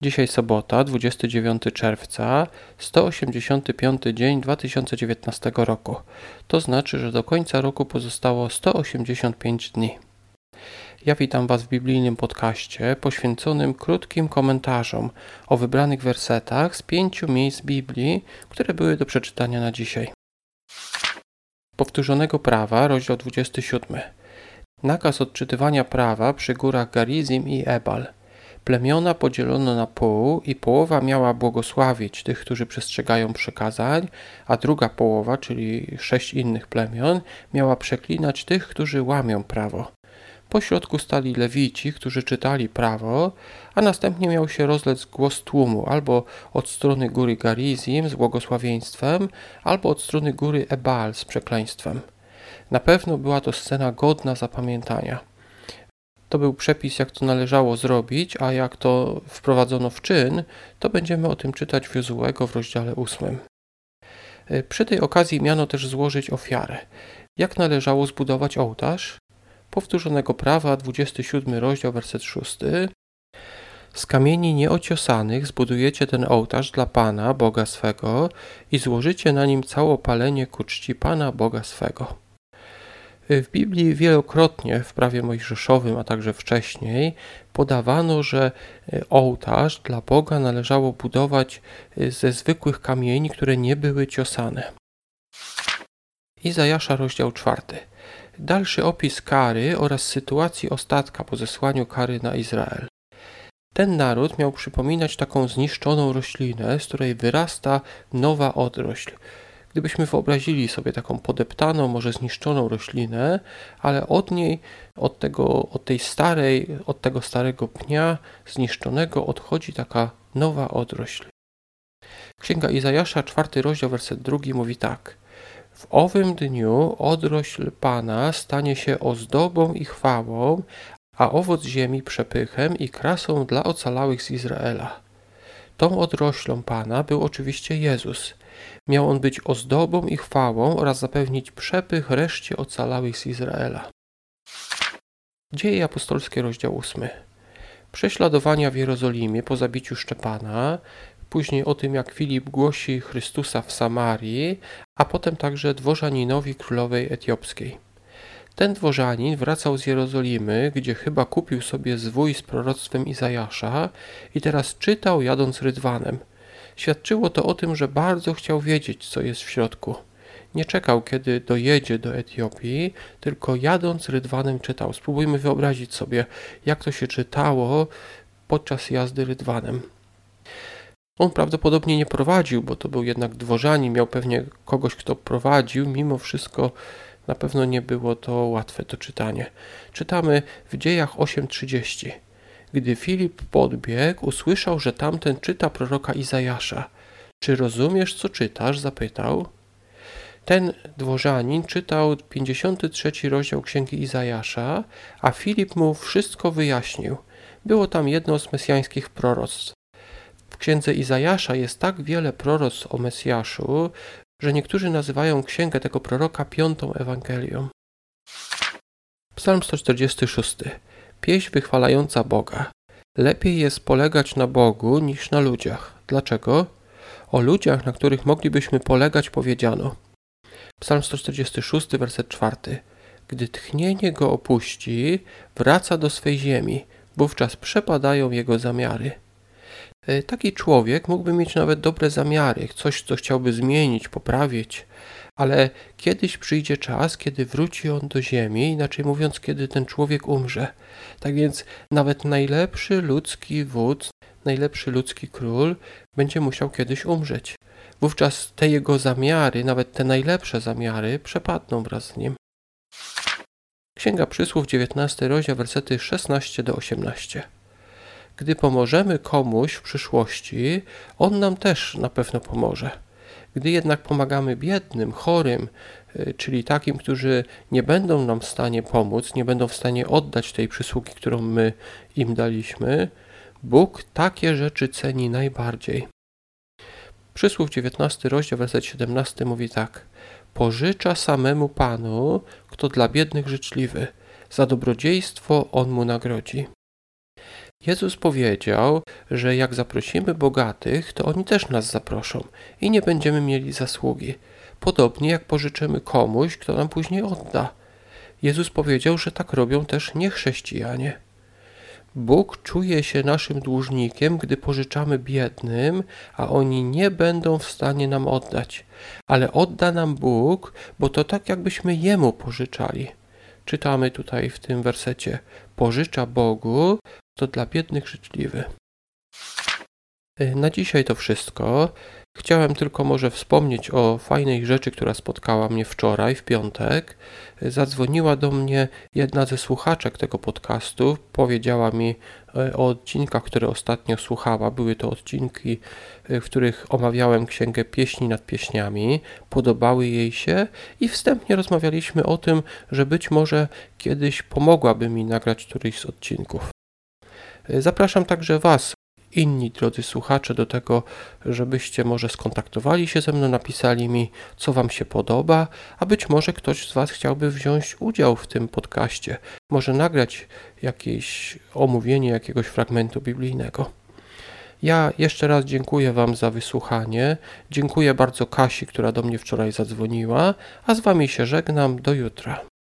Dzisiaj sobota, 29 czerwca, 185 dzień 2019 roku. To znaczy, że do końca roku pozostało 185 dni. Ja witam Was w biblijnym podcaście poświęconym krótkim komentarzom o wybranych wersetach z 5 miejsc Biblii, które były do przeczytania na dzisiaj. Powtórzonego prawa, rozdział 27. Nakaz odczytywania prawa przy górach Garizim i Ebal. Plemiona podzielono na pół i połowa miała błogosławić tych, którzy przestrzegają przykazań, a druga połowa, czyli 6 innych plemion, miała przeklinać tych, którzy łamią prawo. Po środku stali Lewici, którzy czytali prawo, a następnie miał się rozlec głos tłumu albo od strony góry Garizim z błogosławieństwem, albo od strony góry Ebal z przekleństwem. Na pewno była to scena godna zapamiętania. To był przepis, jak to należało zrobić, a jak to wprowadzono w czyn, to będziemy o tym czytać w Jozułego w rozdziale 8. Przy tej okazji miano też złożyć ofiarę. Jak należało zbudować ołtarz? Powtórzonego prawa, 27 rozdział, werset 6. Z kamieni nieociosanych zbudujecie ten ołtarz dla Pana, Boga swego, i złożycie na nim całopalenie ku czci Pana, Boga swego. W Biblii wielokrotnie w prawie mojżeszowym, a także wcześniej podawano, że ołtarz dla Boga należało budować ze zwykłych kamieni, które nie były ciosane. Izajasza, rozdział 4. Dalszy opis kary oraz sytuacji ostatka po zesłaniu kary na Izrael. Ten naród miał przypominać taką zniszczoną roślinę, z której wyrasta nowa odrośl. Gdybyśmy wyobrazili sobie taką podeptaną, może zniszczoną roślinę, ale od niej, od tego starego pnia zniszczonego odchodzi taka nowa odrośl. Księga Izajasza, 4 rozdział, werset 2 mówi tak. W owym dniu odrośl Pana stanie się ozdobą i chwałą, a owoc ziemi przepychem i krasą dla ocalałych z Izraela. Tą odroślą Pana był oczywiście Jezus. Miał on być ozdobą i chwałą oraz zapewnić przepych reszcie ocalałych z Izraela. Dzieje apostolskie, rozdział 8. Prześladowania w Jerozolimie po zabiciu Szczepana, później o tym, jak Filip głosi Chrystusa w Samarii, a potem także dworzaninowi królowej etiopskiej. Ten dworzanin wracał z Jerozolimy, gdzie chyba kupił sobie zwój z proroctwem Izajasza i teraz czytał, jadąc rydwanem. Świadczyło to o tym, że bardzo chciał wiedzieć, co jest w środku. Nie czekał, kiedy dojedzie do Etiopii, tylko jadąc rydwanem czytał. Spróbujmy wyobrazić sobie, jak to się czytało podczas jazdy rydwanem. On prawdopodobnie nie prowadził, bo to był jednak dworzanin, miał pewnie kogoś, kto prowadził. Mimo wszystko na pewno nie było to łatwe do czytania. Czytamy w Dziejach 8:30. Gdy Filip podbiegł, usłyszał, że tamten czyta proroka Izajasza. Czy rozumiesz, co czytasz? Zapytał. Ten dworzanin czytał 53 rozdział Księgi Izajasza, a Filip mu wszystko wyjaśnił. Było tam jedno z mesjańskich proroctw. W Księdze Izajasza jest tak wiele proroctw o Mesjaszu, że niektórzy nazywają księgę tego proroka 5. Ewangelią. Psalm 146. Pieśń wychwalająca Boga. Lepiej jest polegać na Bogu niż na ludziach. Dlaczego? O ludziach, na których moglibyśmy polegać, powiedziano. Psalm 146, werset 4. Gdy tchnienie go opuści, wraca do swej ziemi, wówczas przepadają jego zamiary. Taki człowiek mógłby mieć nawet dobre zamiary, coś, co chciałby zmienić, poprawić, ale kiedyś przyjdzie czas, kiedy wróci on do ziemi, inaczej mówiąc, kiedy ten człowiek umrze. Tak więc nawet najlepszy ludzki wódz, najlepszy ludzki król będzie musiał kiedyś umrzeć. Wówczas te jego zamiary, nawet te najlepsze zamiary, przepadną wraz z nim. Księga Przysłów, 19 rozdział, wersety 16 do 18. Gdy pomożemy komuś w przyszłości, on nam też na pewno pomoże. Gdy jednak pomagamy biednym, chorym, czyli takim, którzy nie będą nam w stanie pomóc, nie będą w stanie oddać tej przysługi, którą my im daliśmy, Bóg takie rzeczy ceni najbardziej. Przysłów 19 rozdział, werset 17 mówi tak. Pożycza samemu Panu, kto dla biednych życzliwy. Za dobrodziejstwo on mu nagrodzi. Jezus powiedział, że jak zaprosimy bogatych, to oni też nas zaproszą i nie będziemy mieli zasługi. Podobnie jak pożyczymy komuś, kto nam później odda. Jezus powiedział, że tak robią też niechrześcijanie. Bóg czuje się naszym dłużnikiem, gdy pożyczamy biednym, a oni nie będą w stanie nam oddać. Ale odda nam Bóg, bo to tak jakbyśmy Jemu pożyczali. Czytamy tutaj w tym wersecie: pożycza Bogu, to dla biednych życzliwy. Na dzisiaj to wszystko. Chciałem tylko może wspomnieć o fajnej rzeczy, która spotkała mnie wczoraj, w piątek. Zadzwoniła do mnie jedna ze słuchaczek tego podcastu. Powiedziała mi o odcinkach, które ostatnio słuchała. Były to odcinki, w których omawiałem Księgę Pieśni nad Pieśniami. Podobały jej się i wstępnie rozmawialiśmy o tym, że być może kiedyś pomogłaby mi nagrać któryś z odcinków. Zapraszam także Was, inni drodzy słuchacze, do tego, żebyście może skontaktowali się ze mną, napisali mi, co Wam się podoba, a być może ktoś z Was chciałby wziąć udział w tym podcaście, może nagrać jakieś omówienie jakiegoś fragmentu biblijnego. Ja jeszcze raz dziękuję Wam za wysłuchanie, dziękuję bardzo Kasi, która do mnie wczoraj zadzwoniła, a z Wami się żegnam, do jutra.